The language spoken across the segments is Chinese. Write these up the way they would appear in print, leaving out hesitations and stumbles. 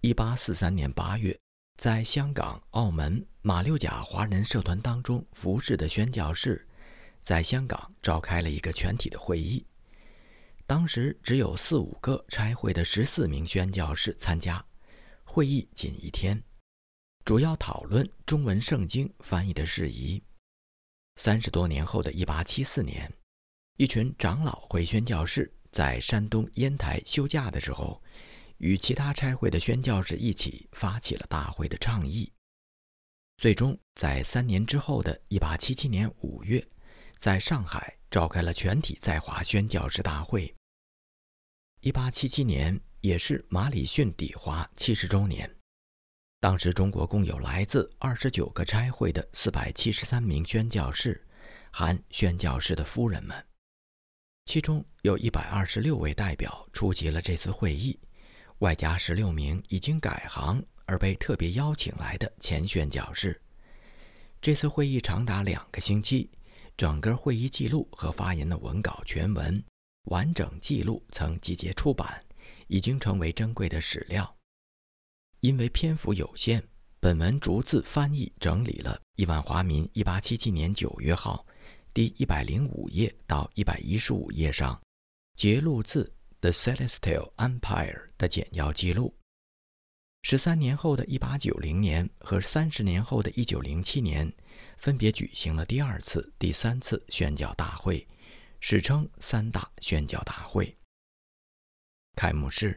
1843年8月，在香港、澳门、马六甲华人社团当中服侍的宣教士，在香港召开了一个全体的会议。当时只有4-5个差会的14名宣教士参加，会议仅1天，主要讨论中文圣经翻译的事宜。30多年后的1874年，一群长老会宣教士在山东烟台休假的时候，与其他差会的宣教士一起发起了大会的倡议。最终在3年之后的1877年5月，在上海召开了全体在华宣教士大会。1877年也是马礼逊抵华70周年。当时中国共有来自29个差会的473名宣教士，含宣教士的夫人们。其中有126位代表出席了这次会议，外加16名已经改行而被特别邀请来的前宣教士。这次会议长达2个星期，整个会议记录和发言的文稿全文完整记录曾集结出版，已经成为珍贵的史料。因为篇幅有限，本文逐字翻译整理了亿万华民1877年9月号第105页到115页上节录自 The Celestial Empire 的简要记录。13年后的1890年和30年后的1907年，分别举行了第2次、第3次宣教大会，史称3大宣教大会。开幕式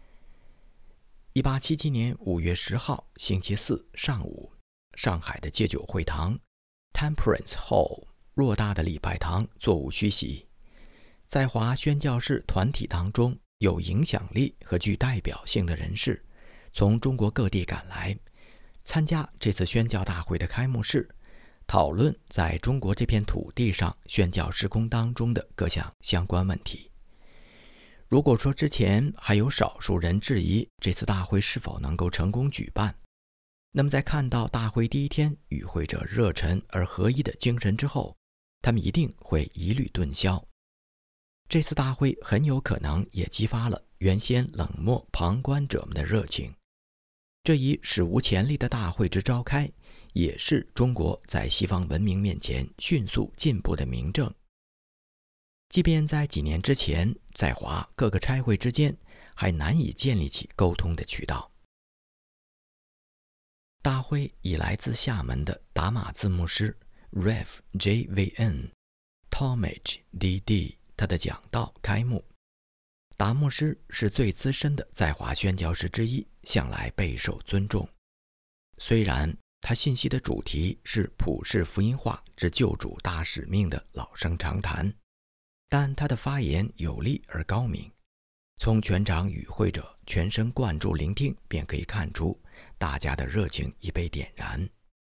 1877年5月10号星期四上午，上海的戒酒会堂 Temperance Hall 偌大的礼拜堂座无虚席。在华宣教士团体当中，有影响力和具代表性的人士从中国各地赶来，参加这次宣教大会的开幕式，讨论在中国这片土地上宣教事工当中的各项相关问题。如果说之前还有少数人质疑这次大会是否能够成功举办，那么在看到大会第1天与会者热忱而合一的精神之后，他们一定会一律顿消。这次大会很有可能也激发了原先冷漠旁观者们的热情。这一史无前例的大会之召开，也是中国在西方文明面前迅速进步的明证。即便在几年之前，在华各个差会之间还难以建立起沟通的渠道。大会以来自厦门的达马字牧师 Rev J.V.N. Talmage D.D. 他的讲道开幕。达牧师是最资深的在华宣教士之一，向来备受尊重。虽然他信息的主题是普世福音化之救主大使命的老生常谈，但他的发言有力而高明，从全场与会者全神贯注聆听便可以看出大家的热情已被点燃。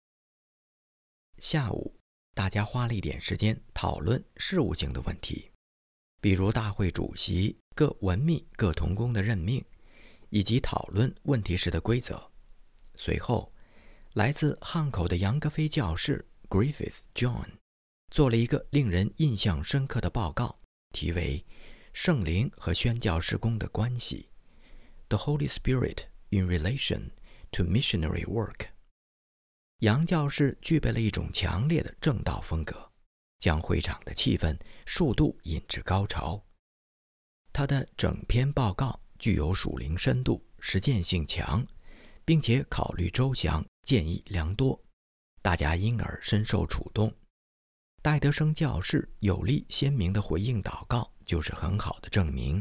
下午，大家花了一点时间讨论事务性的问题，比如大会主席、各文秘、各同工的任命，以及讨论问题时的规则。随后，来自汉口的杨格菲教士 Griffith John做了一个令人印象深刻的报告，题为圣灵和宣教事工的关系 The Holy Spirit in Relation to Missionary Work。 杨教士具备了一种强烈的正道风格，将会场的气氛数度引至高潮。他的整篇报告具有属灵深度，实践性强，并且考虑周详，建议良多，大家因而深受触动。戴德生教士有力鲜明的回应祷告就是很好的证明。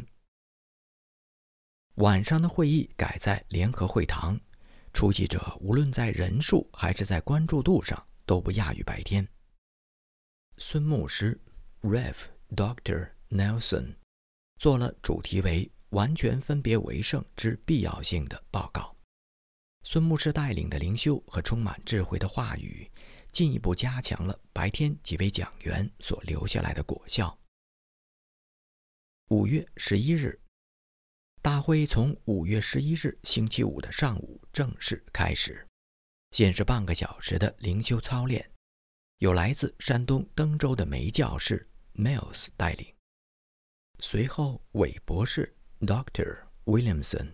晚上的会议改在联合会堂，出席者无论在人数还是在关注度上都不亚于白天。孙牧师 Rev Dr. Nelson 做了主题为完全分别为圣之必要性的报告。孙牧师带领的灵修和充满智慧的话语，进一步加强了白天几位讲员所留下来的果效。5月11日，大会从5月11日星期五的上午正式开始。先是半个小时的灵修操练，有来自山东登州的梅教士 Mills 带领。随后韦博士 Dr. Williamson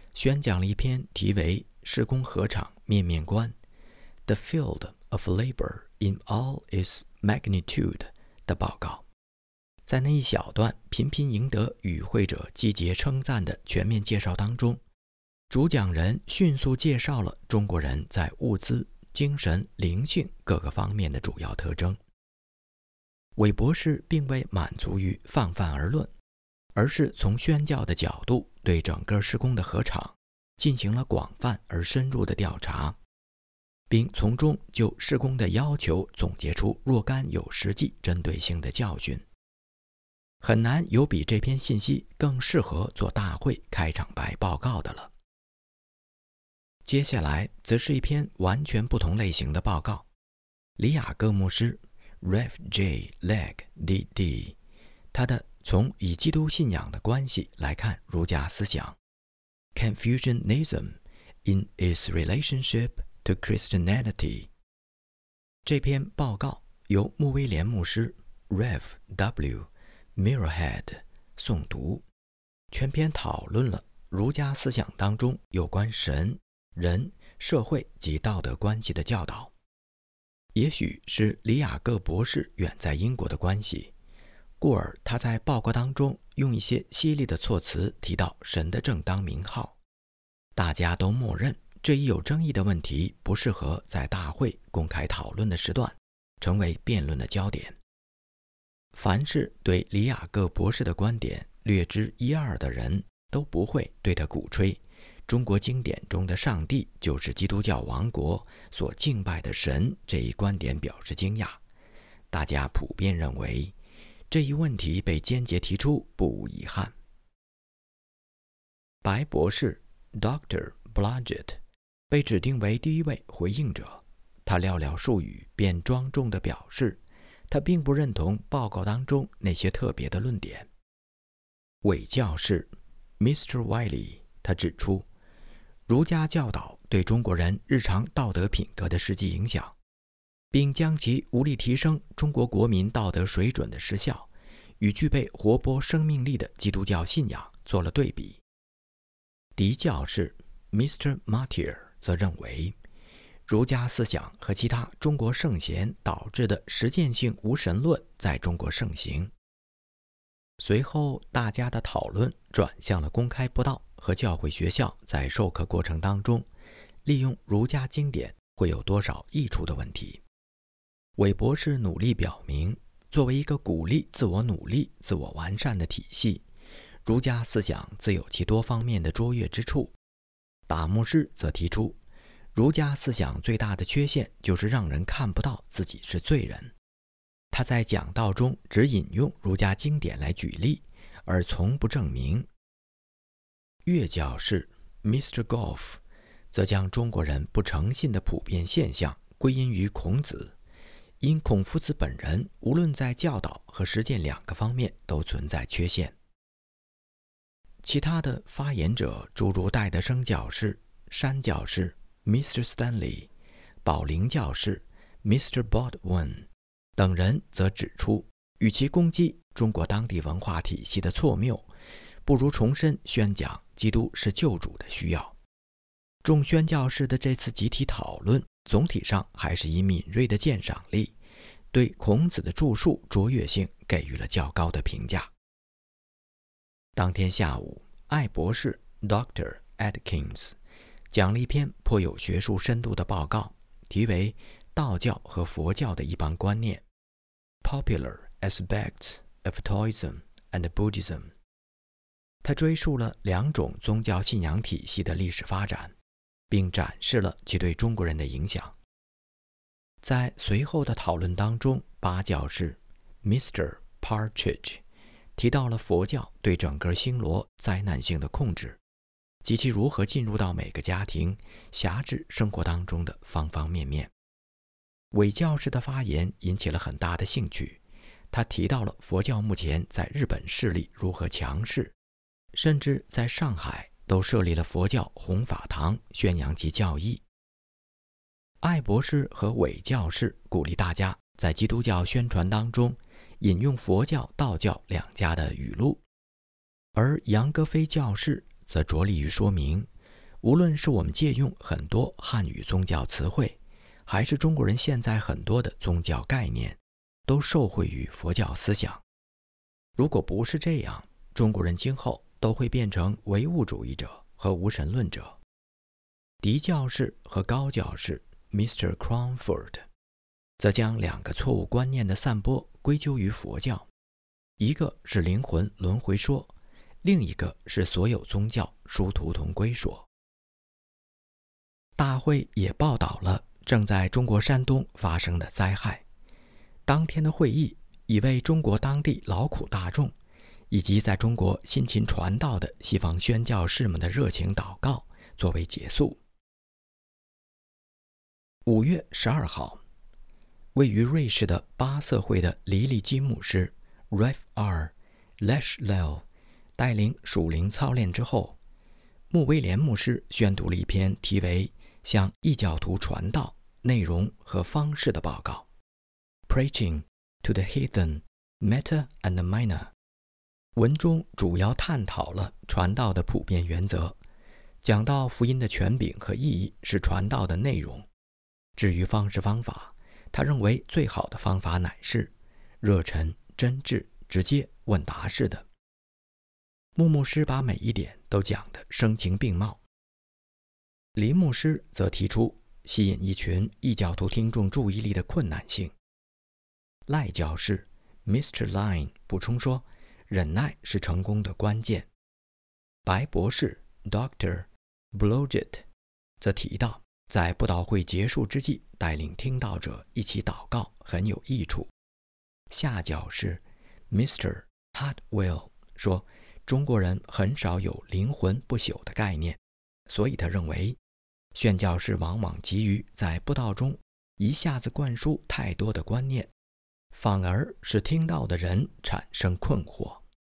宣讲了一篇题为《施工合场面面观 The Field of Labor in All Its Magnitude》的报告。在那一小段频频赢得与会者积极称赞的全面介绍当中，主讲人迅速介绍了中国人在物资、精神、灵性各个方面的主要特征。韦博士并未满足于泛泛而论，而是从宣教的角度对整个施工的合场进行了广泛而深入的调查，并从中就施工的要求总结出若干有实际针对性的教训。很难有比这篇信息更适合做大会开场白报告的了。接下来则是一篇完全不同类型的报告，里雅各牧师 Rev. J. Legg D.D. 他的从以基督信仰的关系来看儒家思想 Confucianism in its relationship to Christianity。 这篇报告由穆威廉牧师 Rev. W. Mirrorhead 诵读，全篇讨论了儒家思想当中有关神、人、社会及道德关系的教导。也许是里雅各博士远在英国的关系，故而他在报告当中用一些犀利的措辞提到神的正当名号。大家都默认这一有争议的问题不适合在大会公开讨论的时段成为辩论的焦点。凡是对里雅各博士的观点略知一二的人都不会对他鼓吹中国经典中的上帝就是基督教王国所敬拜的神这一观点表示惊讶。大家普遍认为这一问题被坚决提出不无遗憾。白博士 Dr. Blodgett 被指定为第一位回应者，他寥寥数语便庄重地表示他并不认同报告当中那些特别的论点。韦教士 Mr. Wiley 他指出，儒家教导对中国人日常道德品格的实际影响，并将其无力提升中国国民道德水准的实效与具备活泼生命力的基督教信仰做了对比。狄教士 Mr. Martyr 则认为，儒家思想和其他中国圣贤导致的实践性无神论在中国盛行。随后大家的讨论转向了公开布道和教会学校在授课过程当中利用儒家经典会有多少益处的问题。韦博士努力表明，作为一个鼓励自我努力、自我完善的体系，儒家思想自有其多方面的卓越之处。达牧师则提出，儒家思想最大的缺陷就是让人看不到自己是罪人。他在讲道中只引用儒家经典来举例，而从不证明。岳教士 Mr. Goff 则将中国人不诚信的普遍现象归因于孔子，因孔夫子本人无论在教导和实践两个方面都存在缺陷。其他的发言者诸如戴德生教士、山教士 Mr. Stanley、宝灵教士 Mr. Baldwin 等人则指出，与其攻击中国当地文化体系的错谬，不如重申宣讲基督是救主的需要。众宣教士的这次集体讨论总体上还是以敏锐的鉴赏力对孔子的著述卓越性给予了较高的评价。当天下午，艾博士 Dr. Atkins 讲了一篇颇有学术深度的报告，题为道教和佛教的一般观念 Popular Aspects of Taoism and Buddhism。 他追溯了两种宗教信仰体系的历史发展，并展示了其对中国人的影响。在随后的讨论当中，巴教士 Mr. Partridge 提到了佛教对整个星罗灾难性的控制，及其如何进入到每个家庭辖制生活当中的方方面面。韦教士的发言引起了很大的兴趣，他提到了佛教目前在日本势力如何强势，甚至在上海都设立了佛教弘法堂，宣扬其教义。艾博士和韦教士鼓励大家在基督教宣传当中引用佛教、道教两家的语录，而杨格非教士则着力于说明无论是我们借用很多汉语宗教词汇，还是中国人现在很多的宗教概念，都受惠于佛教思想。如果不是这样，中国人今后都会变成唯物主义者和无神论者。狄教士和高教士 Mr. Cromford 则将两个错误观念的散播归咎于佛教，一个是灵魂轮回说，另一个是所有宗教殊途同归说。大会也报道了正在中国山东发生的灾害。当天的会议以为中国当地劳苦大众以及在中国辛勤传道的西方宣教士们的热情祷告作为结束。5月12号，位于瑞士的巴瑟会的黎利基牧师 Rev. R. Lashlell 带领属灵操练之后，穆威廉牧师宣读了一篇题为向异教徒传道内容和方式的报告 Preaching to the Heathen, Matter and Minor。 文中主要探讨了传道的普遍原则，讲到福音的权柄和意义是传道的内容。至于方式方法，他认为最好的方法乃是热忱、真挚、直接、问答式的。穆牧师把每一点都讲得声情并茂。黎牧师则提出吸引一群异教徒听众注意力的困难性。赖教士 Mr. Line 补充说，忍耐是成功的关键。白博士 Dr. Blodgett 则提到，在布道会结束之际带领听道者一起祷告很有益处。夏教士 Mr. Hartwell 说，中国人很少有灵魂不朽的概念，所以他认为宣教士往往急于在布道中一下子灌输太多的观念，反而使听到的人产生困惑。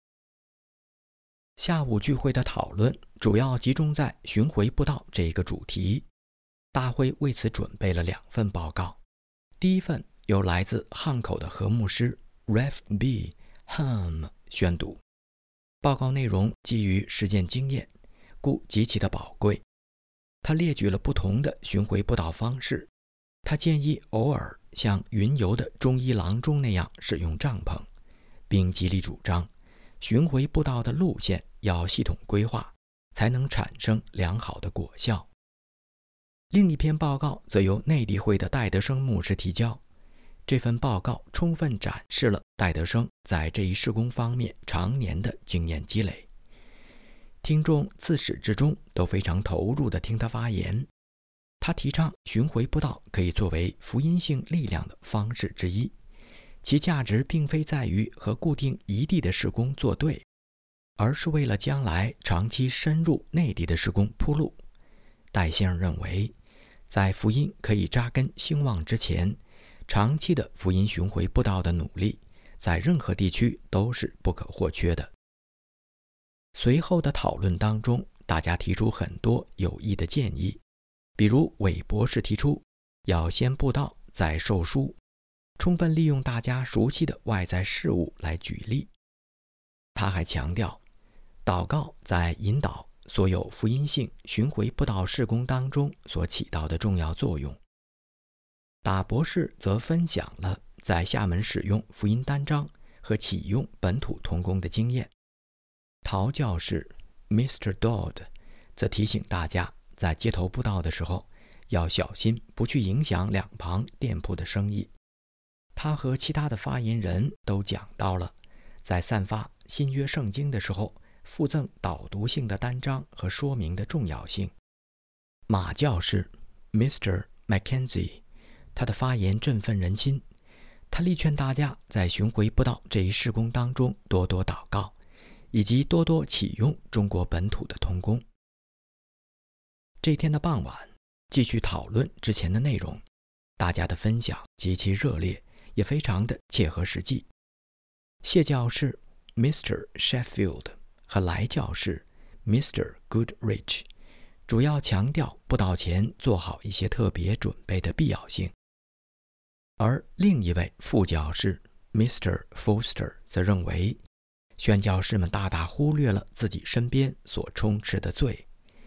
下午聚会的讨论主要集中在巡回布道这一个主题。大会为此准备了2份报告。第一份由来自汉口的何牧师 Rev. B. Hum 宣读，报告内容基于实践经验，故极其的宝贵。他列举了不同的巡回布道方式。他建议偶尔像云游的中医郎中那样使用帐篷，并极力主张巡回布道的路线要系统规划，才能产生良好的果效。另一篇报告则由内地会的戴德生牧师提交。这份报告充分展示了戴德生在这一事工方面常年的经验积累。听众自始至终都非常投入地听他发言。他提倡巡回布道可以作为福音性力量的方式之一，其价值并非在于和固定一地的事工作对，而是为了将来长期深入内地的事工铺路。戴先生认为，在福音可以扎根兴旺之前，长期的福音巡回布道的努力在任何地区都是不可或缺的。随后的讨论当中，大家提出很多有益的建议，比如韦博士提出要先布道再授书，充分利用大家熟悉的外在事物来举例。他还强调祷告在引导所有福音性巡回布道事工当中所起到的重要作用。打博士则分享了在厦门使用福音单章和启用本土同工的经验。陶教士 Mr. Dodd 则提醒大家在街头布道的时候要小心不去影响两旁店铺的生意。他和其他的发言人都讲到了在散发新约圣经的时候附赠导读性的单章和说明的重要性。马教士 Mr. Mackenzie 他的发言振奋人心，他力劝大家在巡回布道这一事工当中多多祷告，以及多多启用中国本土的同工。这天的傍晚，继续讨论之前的内容，大家的分享极其热烈，也非常的切合实际。谢教士 Mr. Sheffield 和来教士 Mr. Goodrich 主要强调布道前做好一些特别准备的必要性，而另一位副教士 Mr. Foster 则认为宣教士们大大忽略了自己身边所充斥的罪。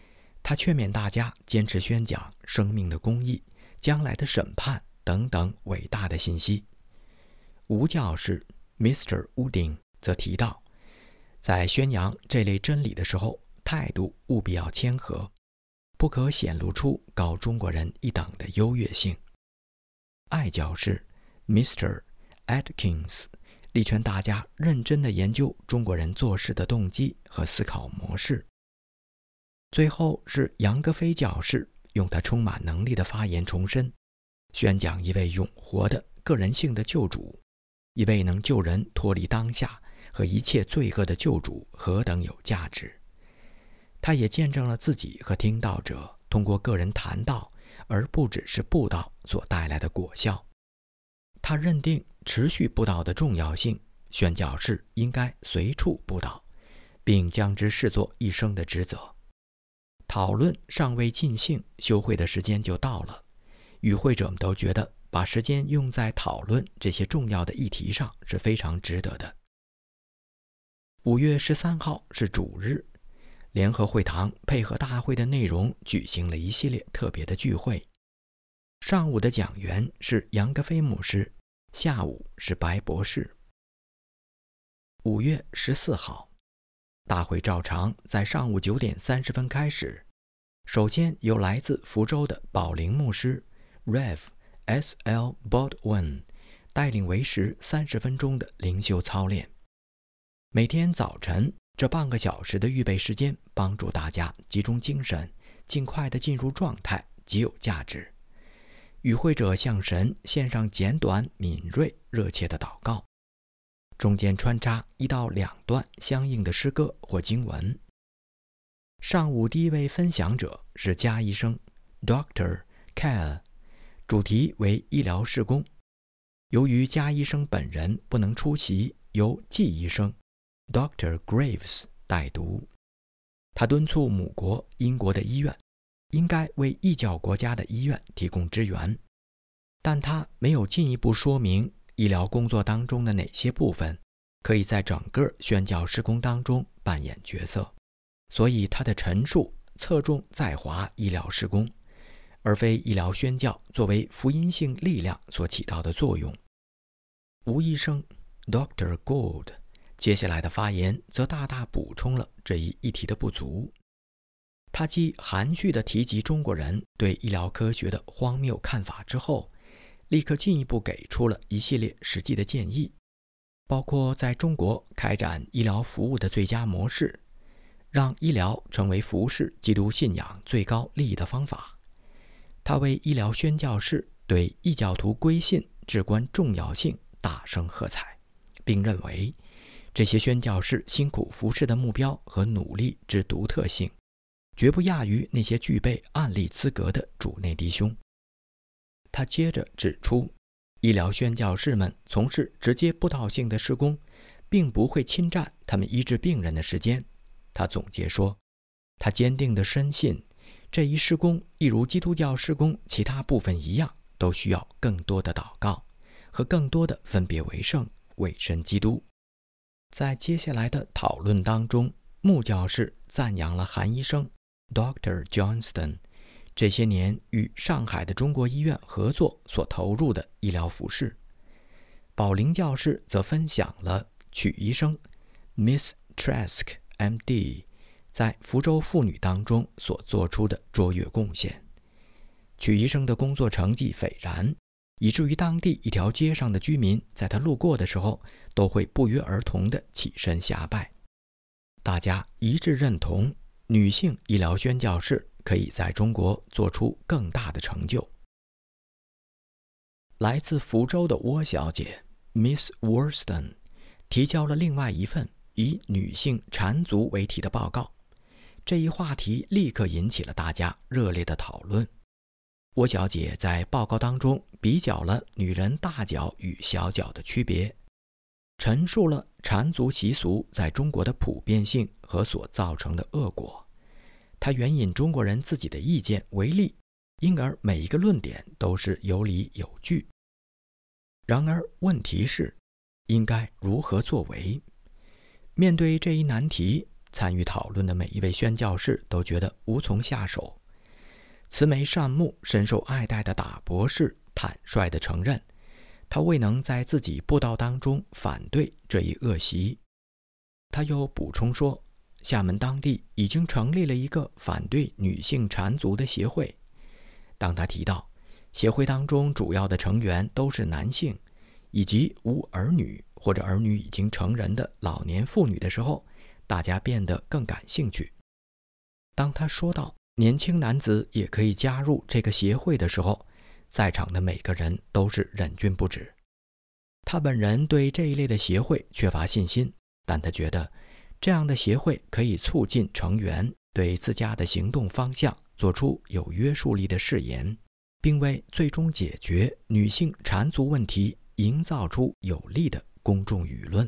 他劝勉大家坚持宣讲生命的公义、将来的审判等等伟大的信息。吴教士 Mr. Wooding 则提到，在宣扬这类真理的时候，态度务必要谦和，不可显露出高中国人一等的优越性。艾教士 Mr. Atkins 力劝大家认真地研究中国人做事的动机和思考模式。最后是杨格非教士，用他充满能力的发言重申，宣讲一位永活的个人性的救主，一位能救人脱离当下和一切罪恶的救主何等有价值。他也见证了自己和听道者通过个人谈道而不只是布道所带来的果效。他认定持续布道的重要性，宣教士应该随处布道，并将之视作一生的职责。讨论尚未尽兴，休会的时间就到了。与会者们都觉得把时间用在讨论这些重要的议题上是非常值得的。5月13号是主日，联合会堂配合大会的内容举行了一系列特别的聚会。上午的讲员是杨格非牧师，下午是白博士。5月14号，大会照常在上午9点30分开始。首先由来自福州的宝灵牧师 Rev. S.L. Baldwin 带领为时30分钟的灵修操练。每天早晨这半个小时的预备时间，帮助大家集中精神，尽快地进入状态，极有价值。与会者向神献上简短、敏锐、热切的祷告，中间穿插1到2段相应的诗歌或经文。上午第一位分享者是加医生 Dr. Kyle， 主题为医疗事工。由于加医生本人不能出席，由季医生 Dr. Graves 代读。他敦促母国英国的医院应该为异教国家的医院提供支援，但他没有进一步说明医疗工作当中的哪些部分可以在整个宣教事工当中扮演角色，所以他的陈述侧重在华医疗事工，而非医疗宣教作为福音性力量所起到的作用。吴医生 Dr. Gould 接下来的发言则大大补充了这一议题的不足。他既含蓄地提及中国人对医疗科学的荒谬看法之后，立刻进一步给出了一系列实际的建议，包括在中国开展医疗服务的最佳模式，让医疗成为服侍基督信仰最高利益的方法。他为医疗宣教士对异教徒归信至关重要性大声喝彩，并认为这些宣教士辛苦服侍的目标和努力之独特性绝不亚于那些具备案例资格的主内弟兄。他接着指出，医疗宣教士们从事直接布道性的事工，并不会侵占他们医治病人的时间。他总结说，他坚定地深信，这一事工一如基督教事工其他部分一样，都需要更多的祷告和更多的分别为圣，委身基督。在接下来的讨论当中，穆教士赞扬了韩医生 Dr. Johnston 这些年与上海的中国医院合作所投入的医疗服饰。宝灵教士则分享了曲医生 Miss Trask MD 在福州妇女当中所做出的卓越贡献。曲医生的工作成绩斐然，以至于当地一条街上的居民在他路过的时候都会不约而同地起身下拜。大家一致认同女性医疗宣教士可以在中国做出更大的成就。来自福州的窝小姐 Miss Worston 提交了另外一份以女性缠足为题的报告，这一话题立刻引起了大家热烈的讨论。窝小姐在报告当中比较了女人大脚与小脚的区别，陈述了缠足习俗在中国的普遍性和所造成的恶果。他援引中国人自己的意见为例，因而每一个论点都是有理有据。然而问题是，应该如何作为？面对这一难题， 参与讨论的每一位宣教士都觉得无从下手。慈眉善目、深受爱戴的大博士坦率地承认，他未能在自己布道当中反对这一恶习。他又补充说，厦门当地已经成立了一个反对女性缠足的协会。当他提到协会当中主要的成员都是男性，以及无儿女或者儿女已经成人的老年妇女的时候，大家变得更感兴趣。当他说到年轻男子也可以加入这个协会的时候，在场的每个人都是忍俊不止。他本人对这一类的协会缺乏信心，但他觉得这样的协会可以促进成员对自家的行动方向做出有约束力的誓言，并为最终解决女性缠足问题营造出有力的公众舆论。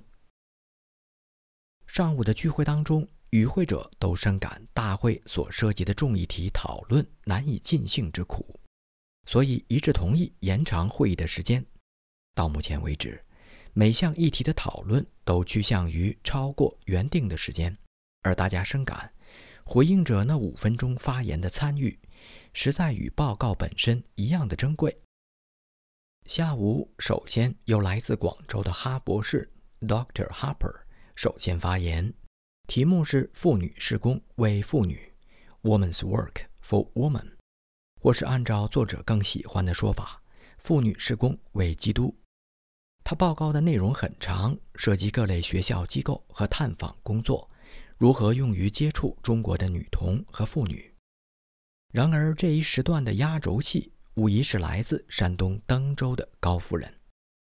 上午的聚会当中，与会者都深感大会所涉及的众议题讨论难以尽兴之苦，所以一致同意延长会议的时间。到目前为止，每项议题的讨论都趋向于超过原定的时间，而大家深感回应者那5分钟发言的参与实在与报告本身一样的珍贵。下午，首先由来自广州的哈博士 Dr. Harper 首先发言，题目是妇女事工为妇女 Women's Work for Women， 或是按照作者更喜欢的说法，妇女事工为基督。他报告的内容很长，涉及各类学校机构和探访工作如何用于接触中国的女童和妇女。然而这一时段的压轴戏无疑是来自山东登州的高夫人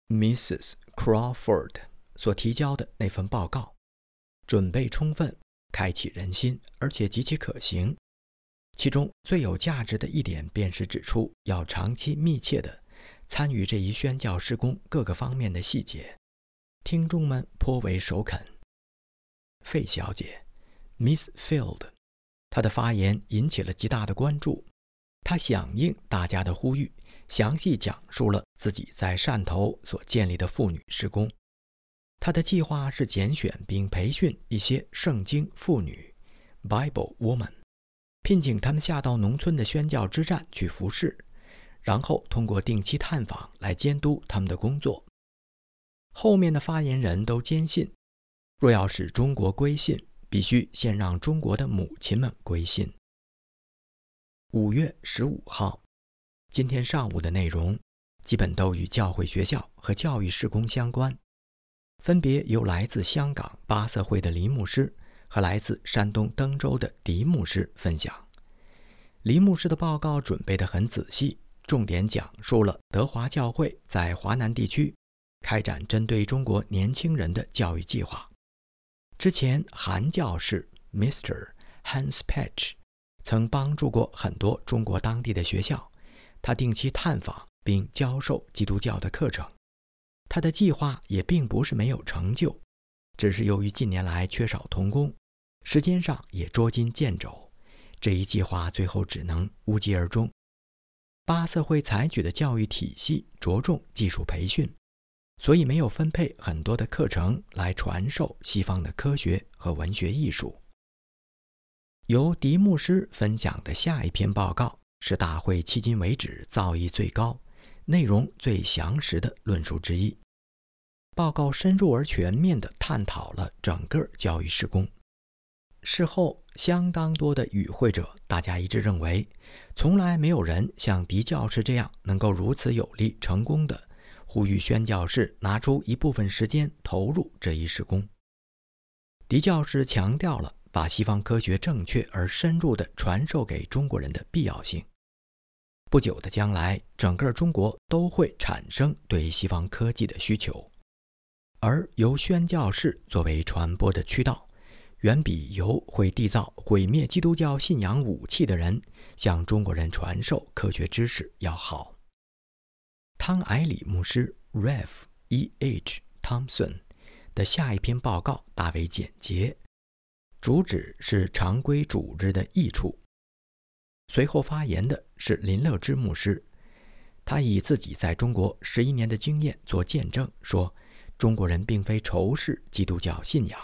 Mrs. Crawford 所提交的那份报告，准备充分，开启人心，而且极其可行。其中最有价值的一点便是指出要长期密切地参与这一宣教事工各个方面的细节，听众们颇为首肯。费小姐 Miss Field， 她的发言引起了极大的关注。她响应大家的呼吁，详细讲述了自己在汕头所建立的妇女事工。她的计划是拣选并培训一些圣经妇女 Bible Woman， 聘请他们下到农村的宣教之战去服侍，然后通过定期探访来监督他们的工作。后面的发言人都坚信，若要使中国归信，必须先让中国的母亲们归信。5月15号，今天上午的内容基本都与教会学校和教育事工相关，分别由来自香港巴瑟会的黎牧师和来自山东登州的狄牧师分享。黎牧师的报告准备得很仔细，重点讲述了德华教会在华南地区开展针对中国年轻人的教育计划。之前韩教士 Mr. Hans Patch 曾帮助过很多中国当地的学校，他定期探访并教授基督教的课程。他的计划也并不是没有成就，只是由于近年来缺少童工，时间上也捉襟见肘，这一计划最后只能无疾而终。巴瑟会采取的教育体系着重技术培训，所以没有分配很多的课程来传授西方的科学和文学艺术。由狄牧师分享的下一篇报告是大会迄今为止造诣最高、内容最详实的论述之一。报告深入而全面地探讨了整个教育事工。事后，相当多的与会者大家一致认为，从来没有人像狄教士这样能够如此有力成功地呼吁宣教士拿出一部分时间投入这一事工。狄教士强调了把西方科学正确而深入地传授给中国人的必要性。不久的将来，整个中国都会产生对西方科技的需求，而由宣教士作为传播的渠道，远比由会缔造毁灭基督教信仰武器的人向中国人传授科学知识要好。汤埃里牧师 Rev. E.H. Thompson 的下一篇报告大为简洁，主旨是常规主日的益处。随后发言的是林乐之牧师，他以自己在中国11年的经验做见证，说中国人并非仇视基督教信仰，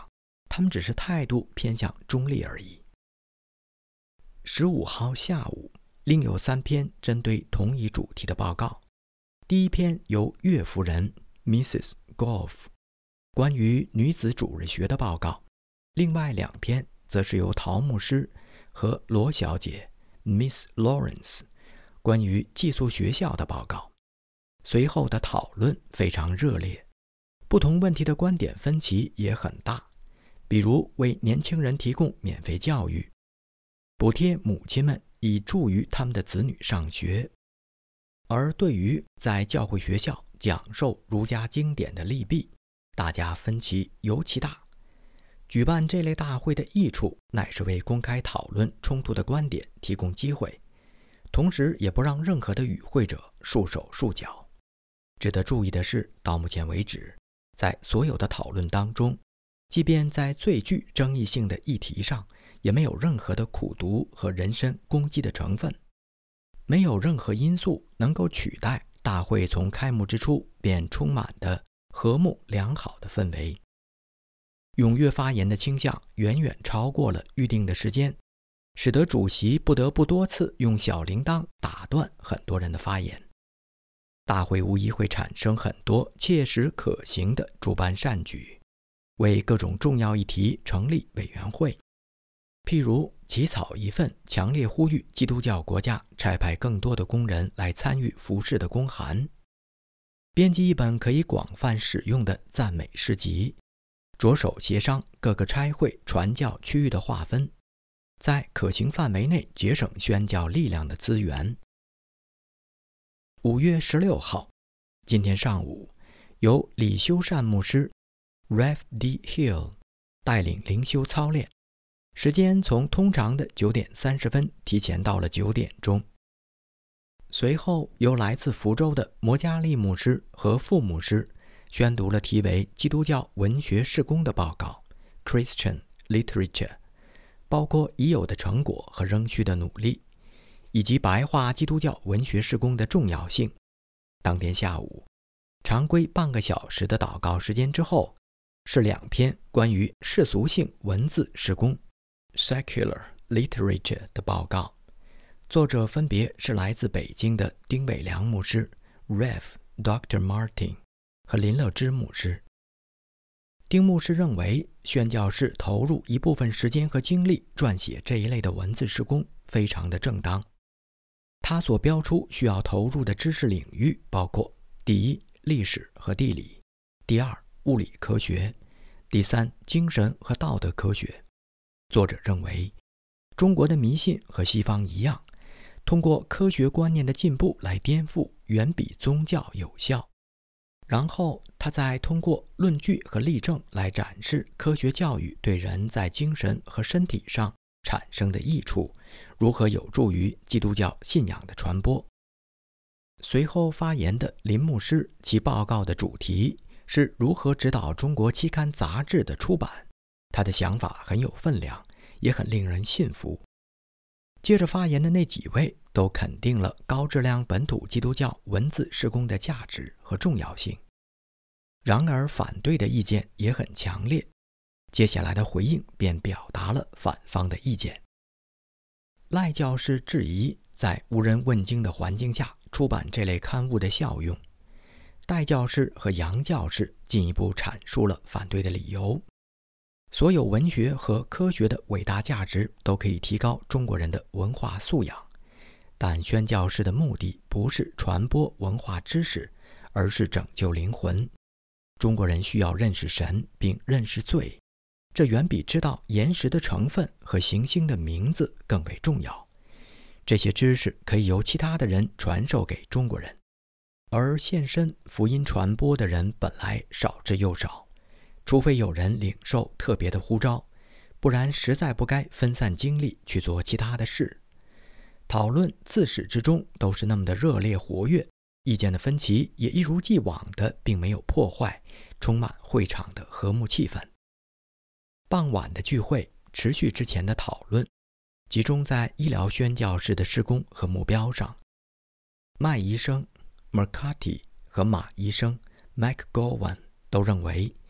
他们只是态度偏向中立而已。15号下午，另有3篇针对同一主题的报告。第一篇由岳夫人 Mrs. Goff 关于女子主日学的报告，另外2篇则是由陶牧师和罗小姐 Miss Lawrence 关于寄宿学校的报告。随后的讨论非常热烈，不同问题的观点分歧也很大，比如为年轻人提供免费教育，补贴母亲们以助于他们的子女上学。而对于在教会学校讲授儒家经典的利弊，大家分歧尤其大。举办这类大会的益处乃是为公开讨论冲突的观点提供机会，同时也不让任何的与会者束手束脚。值得注意的是，到目前为止，在所有的讨论当中，即便在最具争议性的议题上，也没有任何的苦毒和人身攻击的成分。没有任何因素能够取代大会从开幕之初便充满的和睦良好的氛围。踊跃发言的倾向远远超过了预定的时间，使得主席不得不多次用小铃铛打断很多人的发言。大会无疑会产生很多切实可行的主办善举，为各种重要议题成立委员会，譬如起草一份强烈呼吁基督教国家差派更多的工人来参与服事的公函，编辑一本可以广泛使用的赞美诗集，着手协商各个差会传教区域的划分，在可行范围内节省宣教力量的资源。5月16号，今天上午，由李修善牧师 Rev. D. Hill 带领灵修操练，时间从通常的9点30分提前到了9点钟。随后由来自福州的摩加利牧师和副牧师宣读了题为基督教文学事工的报告 Christian Literature， 包括已有的成果和仍需的努力，以及白话基督教文学事工的重要性。当天下午，常规半个小时的祷告时间之后，是2篇关于世俗性文字事工 Secular Literature 的报告，作者分别是来自北京的丁伟良牧师 Rev. Dr. Martin 和林乐之牧师。丁牧师认为，宣教士投入一部分时间和精力撰写这一类的文字事工非常的正当。他所标出需要投入的知识领域包括：第一，历史和地理；第二，物理科学；第三，精神和道德科学。作者认为，中国的迷信和西方一样，通过科学观念的进步来颠覆，远比宗教有效。然后他再通过论据和例证来展示科学教育对人在精神和身体上产生的益处，如何有助于基督教信仰的传播。随后发言的林牧师，其报告的主题是如何指导中国期刊杂志的出版，他的想法很有分量，也很令人信服。接着发言的那几位都肯定了高质量本土基督教文字事工的价值和重要性。然而反对的意见也很强烈，接下来的回应便表达了反方的意见。赖教士质疑在无人问津的环境下出版这类刊物的效用，戴教士和杨教士进一步阐述了反对的理由。所有文学和科学的伟大价值都可以提高中国人的文化素养，但宣教士的目的不是传播文化知识，而是拯救灵魂。中国人需要认识神并认识罪，这远比知道岩石的成分和行星的名字更为重要。这些知识可以由其他的人传授给中国人，而现身福音传播的人本来少之又少，除非有人领受特别的呼召，不然实在不该分散精力去做其他的事。讨论自始至终都是那么的热烈活跃，意见的分歧也一如既往的并没有破坏充满会场的和睦气氛。傍晚的聚会持续之前的讨论集中在医疗宣教士的事工和目标上。麦医生 McCarthy 和马医生 McGowan 都认为，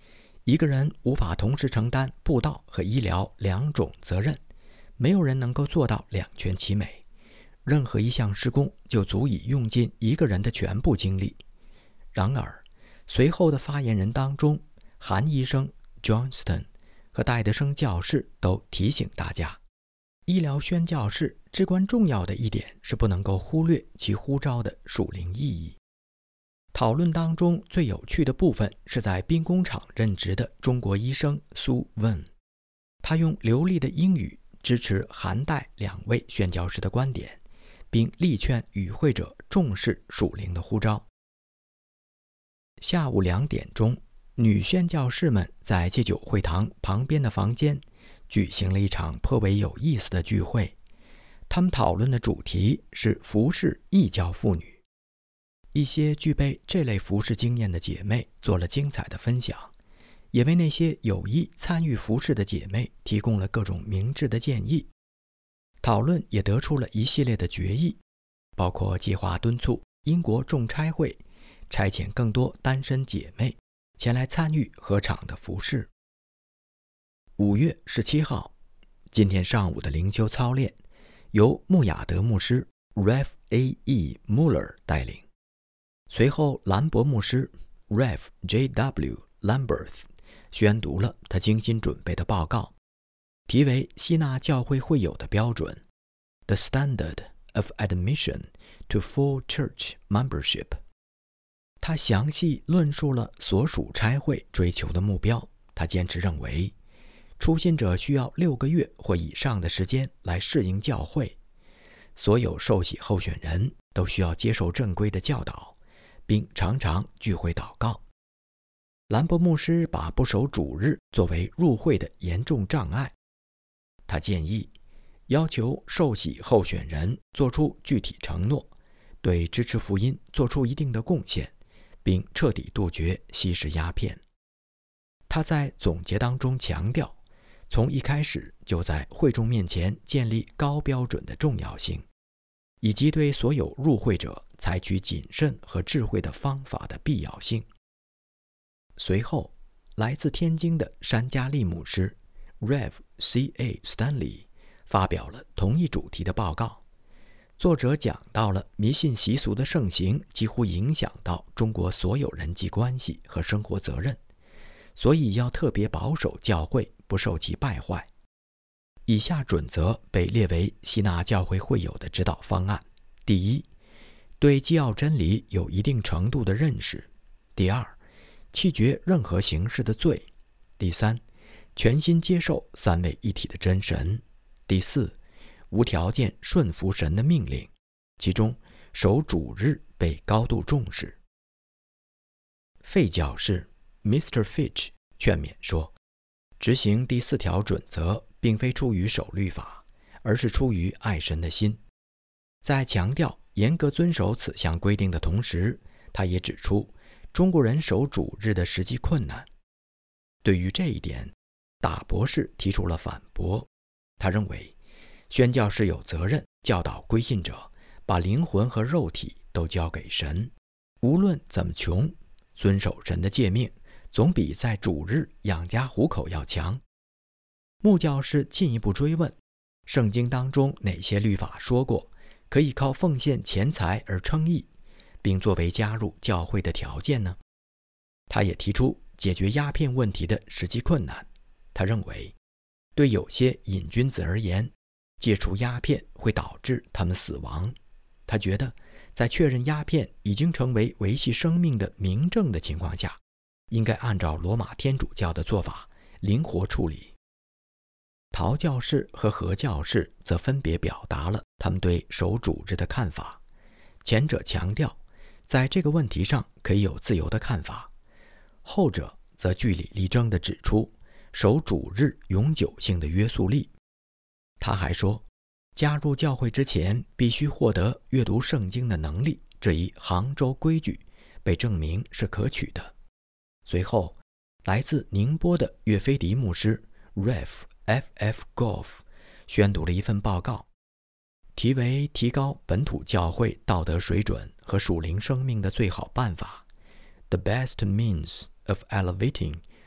一个人无法同时承担布道和医疗两种责任，没有人能够做到两全其美。任何一项施工就足以用尽一个人的全部精力。然而，随后的发言人当中，韩医生 Johnston 和戴德生教士都提醒大家，医疗宣教士至关重要的一点是不能够忽略其呼召的属灵意义。讨论当中最有趣的部分是在兵工厂任职的中国医生苏问，他用流利的英语支持韩戴两位宣教士的观点，并力劝与会者重视属灵的呼召。下午2点钟，女宣教士们在戒酒会堂旁边的房间举行了一场颇为有意思的聚会。他们讨论的主题是服侍异教妇女。一些具备这类服侍经验的姐妹做了精彩的分享，也为那些有意参与服侍的姐妹提供了各种明智的建议。讨论也得出了一系列的决议，包括计划敦促英国众差会差遣更多单身姐妹前来参与合场的服侍。5月17号，今天上午的灵修操练由穆亚德牧师 Rev. A.E. Muller 带领。随后，兰博牧师 Rev. J.W. Lamberth 宣读了他精心准备的报告，题为希纳教会会友的标准 The Standard of Admission to Full Church Membership。 他详细论述了所属差会追求的目标。他坚持认为，初信者需要6个月或以上的时间来适应教会，所有受洗候选人都需要接受正规的教导，并常常聚会祷告。兰博牧师把不守主日作为入会的严重障碍。他建议要求受洗候选人做出具体承诺，对支持福音做出一定的贡献，并彻底杜绝吸食鸦片。他在总结当中强调，从一开始就在会众面前建立高标准的重要性，以及对所有入会者采取谨慎和智慧的方法的必要性。随后，来自天津的山加利牧师 Rev. C.A. Stanley 发表了同一主题的报告。作者讲到了迷信习俗的盛行几乎影响到中国所有人际关系和生活责任，所以要特别保守教会不受其败坏。以下准则被列为希纳教会会友的指导方案：第一，对基要真理有一定程度的认识；第二，弃绝任何形式的罪；第三，全心接受三位一体的真神；第四，无条件顺服神的命令，其中守主日被高度重视。费教士 Mr. Fitch 劝勉说，执行第4条准则并非出于守律法，而是出于爱神的心。在强调严格遵守此项规定的同时，他也指出中国人守主日的实际困难。对于这一点，大博士提出了反驳。他认为，宣教士有责任教导归信者把灵魂和肉体都交给神，无论怎么穷，遵守神的诫命总比在主日养家糊口要强。穆教士进一步追问，圣经当中哪些律法说过可以靠奉献钱财而称义，并作为加入教会的条件呢？他也提出解决鸦片问题的实际困难。他认为，对有些瘾君子而言，戒除鸦片会导致他们死亡。他觉得，在确认鸦片已经成为维系生命的明证的情况下，应该按照罗马天主教的做法灵活处理。陶教士和何教士则分别表达了他们对守主日的看法。前者强调，在这个问题上可以有自由的看法；后者则据理力争地指出守主日永久性的约束力。他还说，加入教会之前必须获得阅读圣经的能力，这一杭州规矩被证明是可取的。随后，来自宁波的岳飞迪牧师 Rev. F.F. Goff 宣读了一份报告，题为提高本土教会道德水准和属灵生命的最好办法 The Best Means of Elevating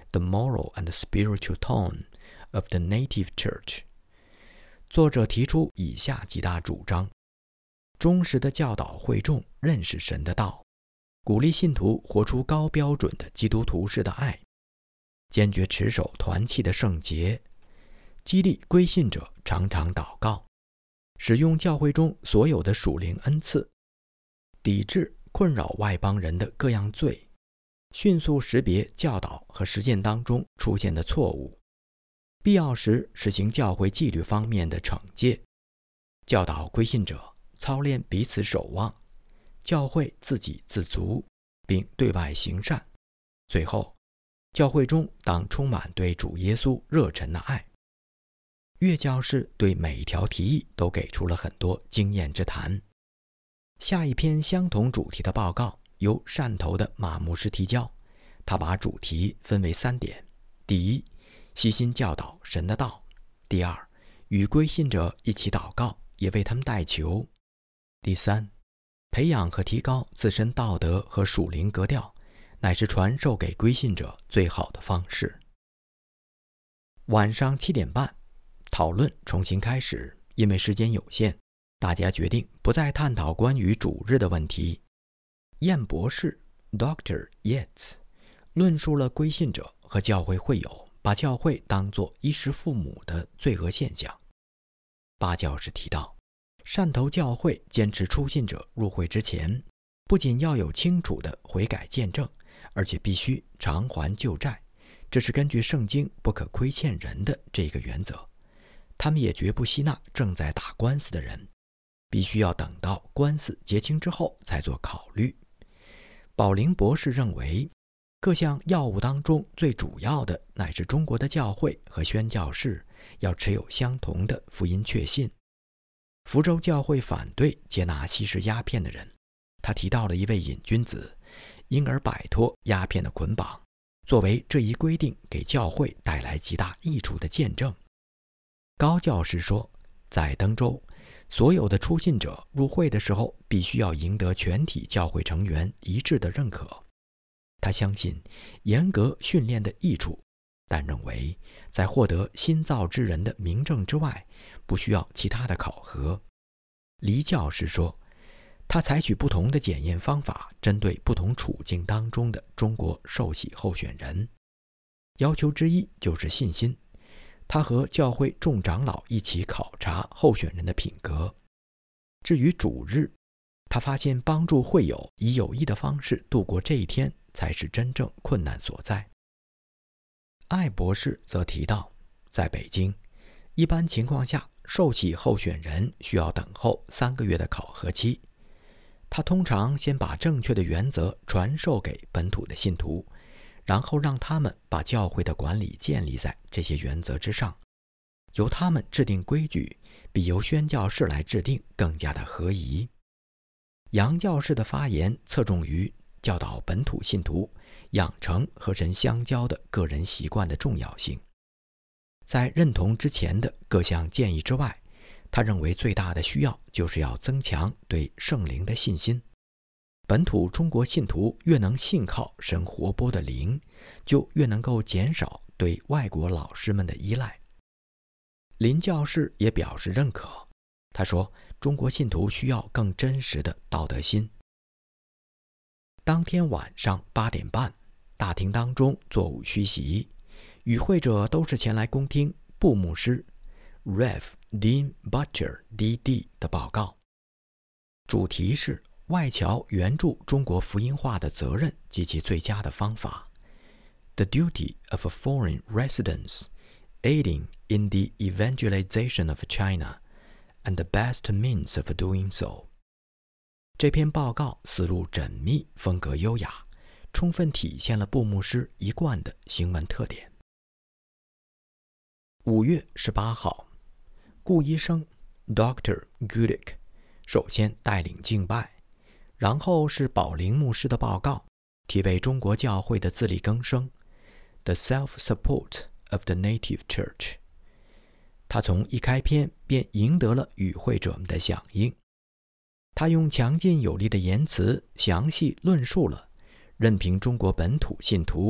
The moral and spiritual tone of the native church。 作者提出以下几大主张：忠实地教导会众认识神的道，鼓励信徒活出高标准的基督徒式的爱，坚决持守团契的圣洁，激励归信者常常祷告，使用教会中所有的属灵恩赐，抵制困扰外邦人的各样罪，迅速识别教导和实践当中出现的错误，必要时实行教会纪律方面的惩戒，教导归信者操练彼此守望，教会自给自足，并对外行善。最后，教会中当充满对主耶稣热忱的爱。岳教士对每一条提议都给出了很多经验之谈。下一篇相同主题的报告由汕头的马牧师提交，他把主题分为3点：第一，悉心教导神的道；第二，与归信者一起祷告，也为他们代求；第三，培养和提高自身道德和属灵格调，乃是传授给归信者最好的方式。晚上7点半，讨论重新开始，因为时间有限，大家决定不再探讨关于主日的问题。燕博士 Dr. Yates 论述了归信者和教会会友把教会当作衣食父母的罪恶现象。巴教士提到，汕头教会坚持初信者入会之前，不仅要有清楚的悔改见证，而且必须偿还旧债，这是根据圣经不可亏欠人的这个原则。他们也绝不吸纳正在打官司的人，必须要等到官司结清之后才做考虑。宝林博士认为，各项要务当中最主要的乃是中国的教会和宣教士要持有相同的福音确信。福州教会反对接纳吸食鸦片的人，他提到了一位瘾君子，因而摆脱鸦片的捆绑，作为这一规定给教会带来极大益处的见证。高教士说，在登州，所有的初信者入会的时候，必须要赢得全体教会成员一致的认可。他相信严格训练的益处，但认为在获得新造之人的明证之外，不需要其他的考核。黎教士说，他采取不同的检验方法，针对不同处境当中的中国受洗候选人。要求之一就是信心。他和教会众长老一起考察候选人的品格。至于主日，他发现帮助会友以有益的方式度过这一天，才是真正困难所在。艾博士则提到，在北京，一般情况下，受洗候选人需要等候3个月的考核期。他通常先把正确的原则传授给本土的信徒，然后让他们把教会的管理建立在这些原则之上，由他们制定规矩，比由宣教士来制定更加的合宜。杨教士的发言侧重于教导本土信徒养成和神相交的个人习惯的重要性。在认同之前的各项建议之外，他认为最大的需要就是要增强对圣灵的信心。本土中国信徒越能信靠神活泼的灵，就越能够减少对外国老师们的依赖。林教士也表示认可，他说，中国信徒需要更真实的道德心。当天晚上8点半，大厅当中座无虚席，与会者都是前来恭听布牧师 Rev. Dean Butcher D.D. 的报告，主题是外侨援助中国福音化的责任及其最佳的方法 The duty of a foreign residence aiding in the evangelization of China and the best means of doing so。 这篇报告思路缜密，风格优雅，充分体现了布牧师一贯的行文特点。5月18号，顾医生 Dr. Gulick 首先带领敬拜，然后是宝林牧师的报告，题为中国教会的自力更生 The Self-Support of the Native Church。 他从一开篇便赢得了与会者们的响应。他用强劲有力的言辞详细论述了任凭中国本土信徒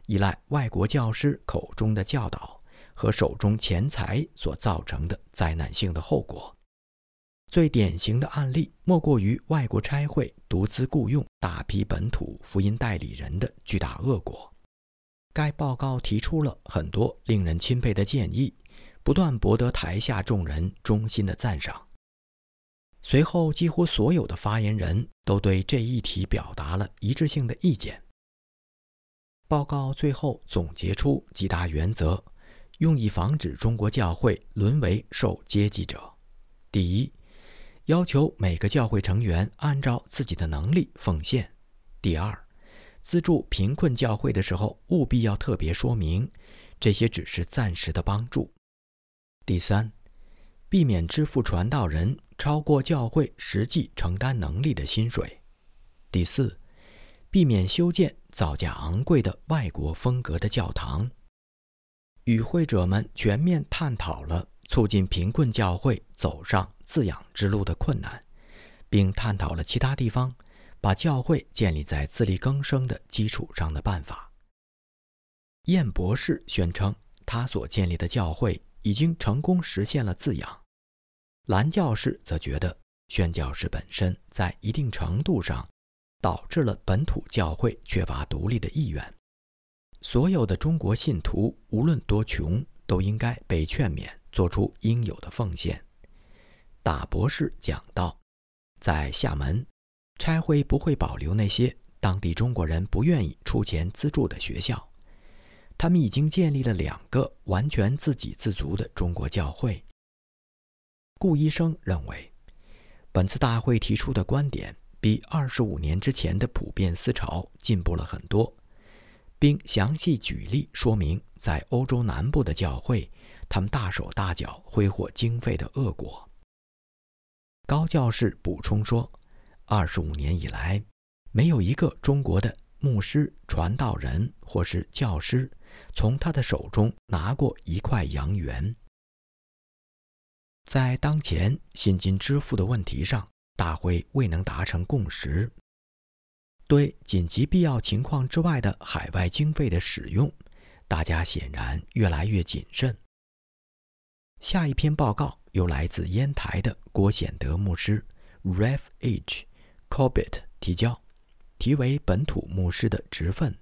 依赖外国教师口中的教导和手中钱财所造成的灾难性的后果。最典型的案例莫过于外国差会独资雇佣大批本土福音代理人的巨大恶果。该报告提出了很多令人钦佩的建议，不断博得台下众人衷心的赞赏。随后几乎所有的发言人都对这一题表达了一致性的意见。报告最后总结出几大原则，用以防止中国教会沦为受接济者。第一，要求每个教会成员按照自己的能力奉献。第二，资助贫困教会的时候，务必要特别说明，这些只是暂时的帮助。第三，避免支付传道人超过教会实际承担能力的薪水。第四，避免修建造价昂贵的外国风格的教堂。与会者们全面探讨了促进贫困教会走上自养之路的困难，并探讨了其他地方把教会建立在自力更生的基础上的办法。燕博士宣称，他所建立的教会已经成功实现了自养。兰教士则觉得，宣教士本身在一定程度上导致了本土教会缺乏独立的意愿。所有的中国信徒，无论多穷，都应该被劝勉做出应有的奉献。大博士讲到，在厦门，差会不会保留那些当地中国人不愿意出钱资助的学校，他们已经建立了2个完全自给自足的中国教会。顾医生认为，本次大会提出的观点比25年之前的普遍思潮进步了很多，并详细举例说明在欧洲南部的教会，他们大手大脚挥霍经费的恶果。高教士补充说，25年以来，没有一个中国的牧师、传道人或是教师从他的手中拿过1块洋元。在当前薪金支付的问题上，大会未能达成共识。对紧急必要情况之外的海外经费的使用，大家显然越来越谨慎。下一篇报告由来自烟台的郭显德牧师 Rev H. Corbett 提交，题为本土牧师的职分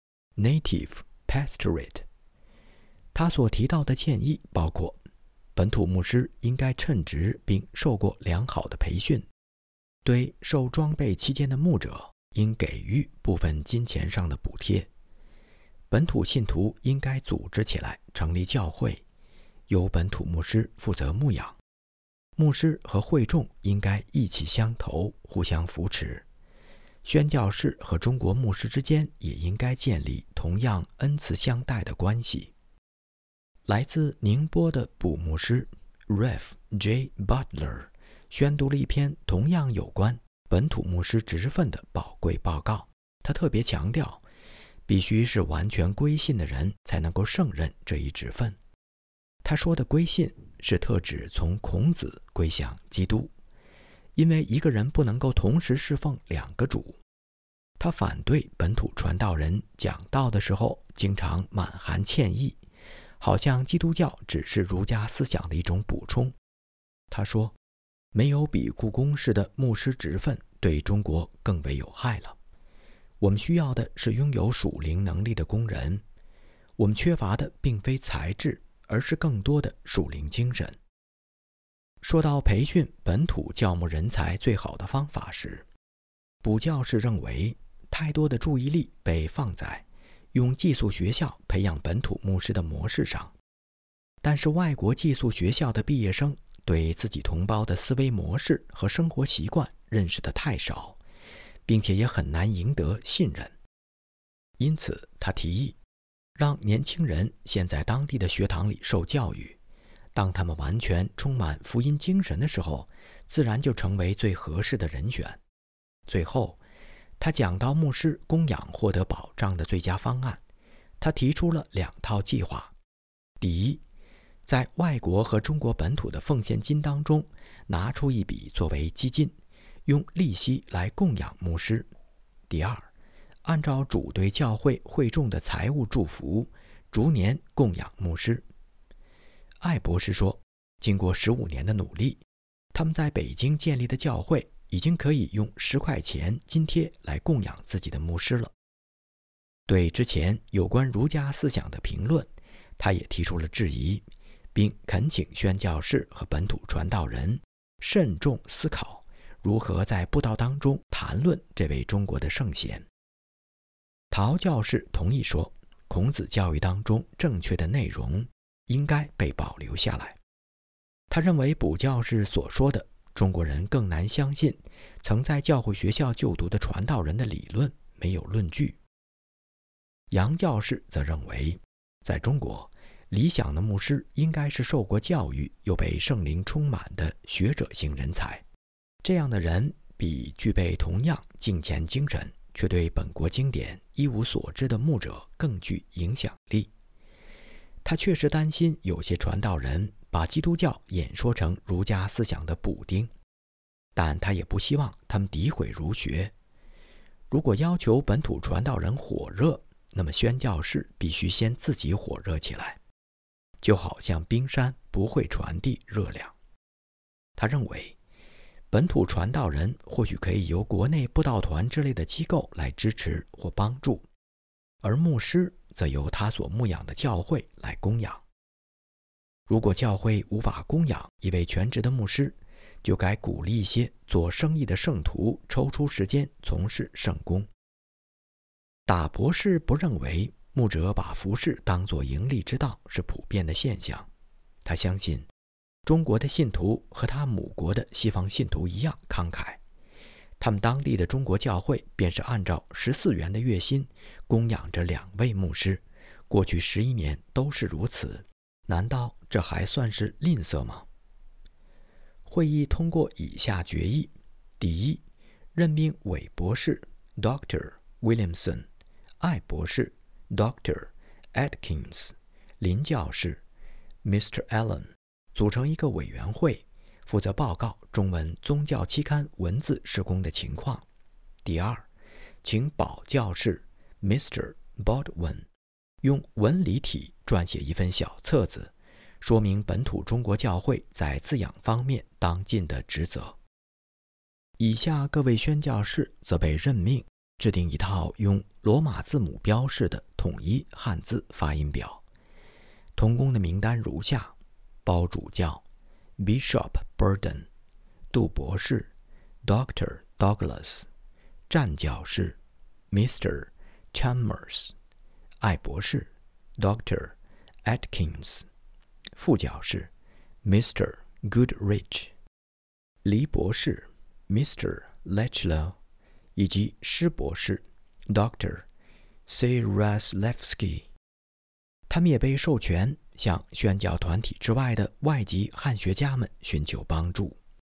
Native Pastorate。 他所提到的建议包括，本土牧师应该称职并受过良好的培训，对受装备期间的牧者应给予部分金钱上的补贴。本土信徒应该组织起来成立教会，由本土牧师负责牧养。牧师和会众应该意气相投，互相扶持。宣教士和中国牧师之间也应该建立同样恩慈相待的关系。来自宁波的卜牧师 Rev J. Butler 宣读了一篇同样有关本土牧师职分的宝贵报告。他特别强调，必须是完全归信的人才能够胜任这一职分。他说的归信是特指从孔子归向基督，因为一个人不能够同时侍奉2个主。他反对本土传道人讲道的时候经常满含歉意，好像基督教只是儒家思想的一种补充。他说，没有比雇工式的牧师职分对中国更为有害了。我们需要的是拥有属灵能力的工人，我们缺乏的并非才智，而是更多的属灵精神。说到培训本土教牧人才最好的方法时，卜教士认为太多的注意力被放在用寄宿学校培养本土牧师的模式上，但是外国寄宿学校的毕业生对自己同胞的思维模式和生活习惯认识的太少，并且也很难赢得信任。因此他提议让年轻人先在当地的学堂里受教育，当他们完全充满福音精神的时候，自然就成为最合适的人选。最后他讲到牧师供养获得保障的最佳方案，他提出了2套计划。第一，在外国和中国本土的奉献金当中拿出一笔作为基金，用利息来供养牧师。第二， 按照主对教会会众的财务祝福，逐年供养牧师。艾博士说，经过15年的努力，他们在北京建立的教会已经可以用10块钱津贴来供养自己的牧师了。对之前有关儒家思想的评论，他也提出了质疑，并恳请宣教士和本土传道人慎重思考如何在布道当中谈论这位中国的圣贤。陶教士同意说，孔子教育当中正确的内容应该被保留下来。他认为卜教士所说的中国人更难相信曾在教会学校就读的传道人的理论没有论据。杨教士则认为，在中国，理想的牧师应该是受过教育又被圣灵充满的学者型人才，这样的人比具备同样敬虔精神却对本国经典一无所知的牧者更具影响力。他确实担心有些传道人把基督教演说成儒家思想的补丁，但他也不希望他们诋毁儒学。如果要求本土传道人火热，那么宣教士必须先自己火热起来，就好像冰山不会传递热量。他认为，本土传道人或许可以由国内布道团之类的机构来支持或帮助，而牧师则由他所牧养的教会来供养。如果教会无法供养一位全职的牧师，就该鼓励一些做生意的圣徒抽出时间从事圣工。打博士不认为牧者把服事当作盈利之道是普遍的现象，他相信中国的信徒和他母国的西方信徒一样慷慨，他们当地的中国教会便是按照14元的月薪供养着2位牧师，过去11年都是如此，难道这还算是吝啬吗？会议通过以下决议：第一，任命韦博士 Dr. Williamson、艾博士 Dr. Atkins、林教士 Mr. Allen 组成一个委员会，负责报告中文宗教期刊文字施工的情况。第二，请保教士 Mr. Baldwin 用文理体撰写一份小册子，说明本土中国教会在滋养方面当尽的职责。以下各位宣教士则被任命制定一套用罗马字母标示的统一汉字发音表。同工的名单如下：包主教 Bishop Burden、 杜博士 Dr. Douglas、 战教士 Mr. Chalmers、 艾博士 Dr. Atkins、 副教士 Mr. Goodrich、 黎博士 Mr. Lechlow 以及施博士 Dr. Saraslevsky。 他们也被授权向宣教团体之外的外籍汉学家们寻求帮助。